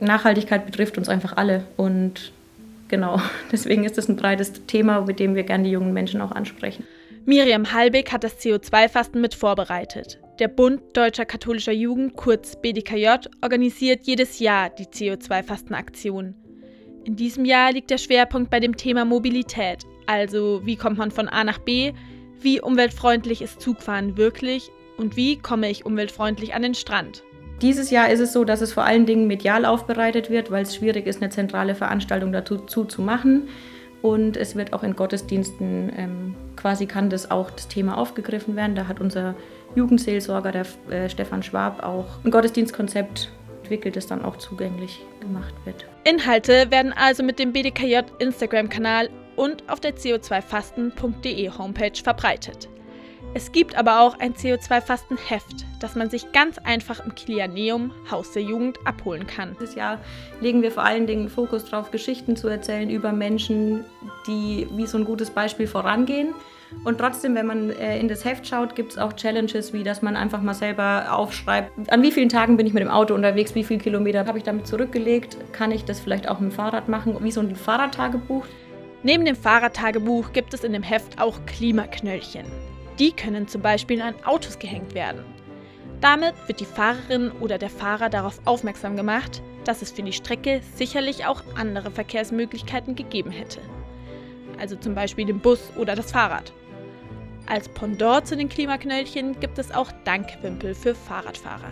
Nachhaltigkeit betrifft uns einfach alle und genau, deswegen ist es ein breites Thema, mit dem wir gerne die jungen Menschen auch ansprechen. Miriam Halbig hat das CO2-Fasten mit vorbereitet. Der Bund Deutscher Katholischer Jugend, kurz BDKJ, organisiert jedes Jahr die CO2-Fasten-Aktion. In diesem Jahr liegt der Schwerpunkt bei dem Thema Mobilität, also wie kommt man von A nach B, wie umweltfreundlich ist Zugfahren wirklich und wie komme ich umweltfreundlich an den Strand. Dieses Jahr ist es so, dass es vor allen Dingen medial aufbereitet wird, weil es schwierig ist, eine zentrale Veranstaltung dazu zu machen. Und es wird auch in Gottesdiensten, kann das Thema aufgegriffen werden. Da hat unser Jugendseelsorger, der Stefan Schwab, auch ein Gottesdienstkonzept entwickelt, das dann auch zugänglich gemacht wird. Inhalte werden also mit dem BDKJ Instagram-Kanal und auf der co2fasten.de Homepage verbreitet. Es gibt aber auch ein CO2-Fasten-Heft, das man sich ganz einfach im Kilianeum, Haus der Jugend, abholen kann. Dieses Jahr legen wir vor allen Dingen Fokus darauf, Geschichten zu erzählen über Menschen, die wie so ein gutes Beispiel vorangehen. Und trotzdem, wenn man in das Heft schaut, gibt es auch Challenges, wie dass man einfach mal selber aufschreibt, an wie vielen Tagen bin ich mit dem Auto unterwegs, wie viele Kilometer habe ich damit zurückgelegt, kann ich das vielleicht auch mit dem Fahrrad machen, wie so ein Fahrradtagebuch. Neben dem Fahrradtagebuch gibt es in dem Heft auch Klimaknöllchen. Die können zum Beispiel an Autos gehängt werden. Damit wird die Fahrerin oder der Fahrer darauf aufmerksam gemacht, dass es für die Strecke sicherlich auch andere Verkehrsmöglichkeiten gegeben hätte. Also zum Beispiel den Bus oder das Fahrrad. Als Pendant zu den Klimaknöllchen gibt es auch Dankwimpel für Fahrradfahrer.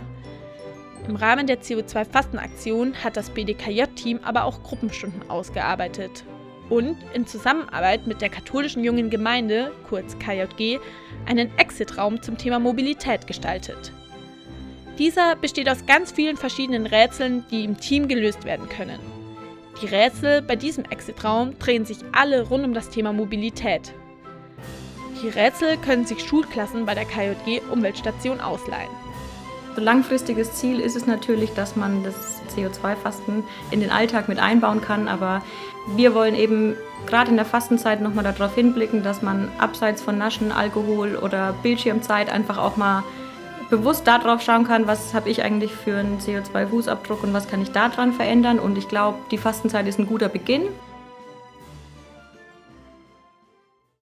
Im Rahmen der CO2-Fasten-Aktion hat das BDKJ-Team aber auch Gruppenstunden ausgearbeitet und in Zusammenarbeit mit der katholischen Jungen Gemeinde, kurz KJG, einen Exit-Raum zum Thema Mobilität gestaltet. Dieser besteht aus ganz vielen verschiedenen Rätseln, die im Team gelöst werden können. Die Rätsel bei diesem Exit-Raum drehen sich alle rund um das Thema Mobilität. Die Rätsel können sich Schulklassen bei der KJG Umweltstation ausleihen. So langfristiges Ziel ist es natürlich, dass man das CO2-Fasten in den Alltag mit einbauen kann, aber wir wollen eben gerade in der Fastenzeit nochmal darauf hinblicken, dass man abseits von Naschen, Alkohol oder Bildschirmzeit einfach auch mal bewusst darauf schauen kann, was habe ich eigentlich für einen CO2-Fußabdruck und was kann ich daran verändern. Und ich glaube, die Fastenzeit ist ein guter Beginn.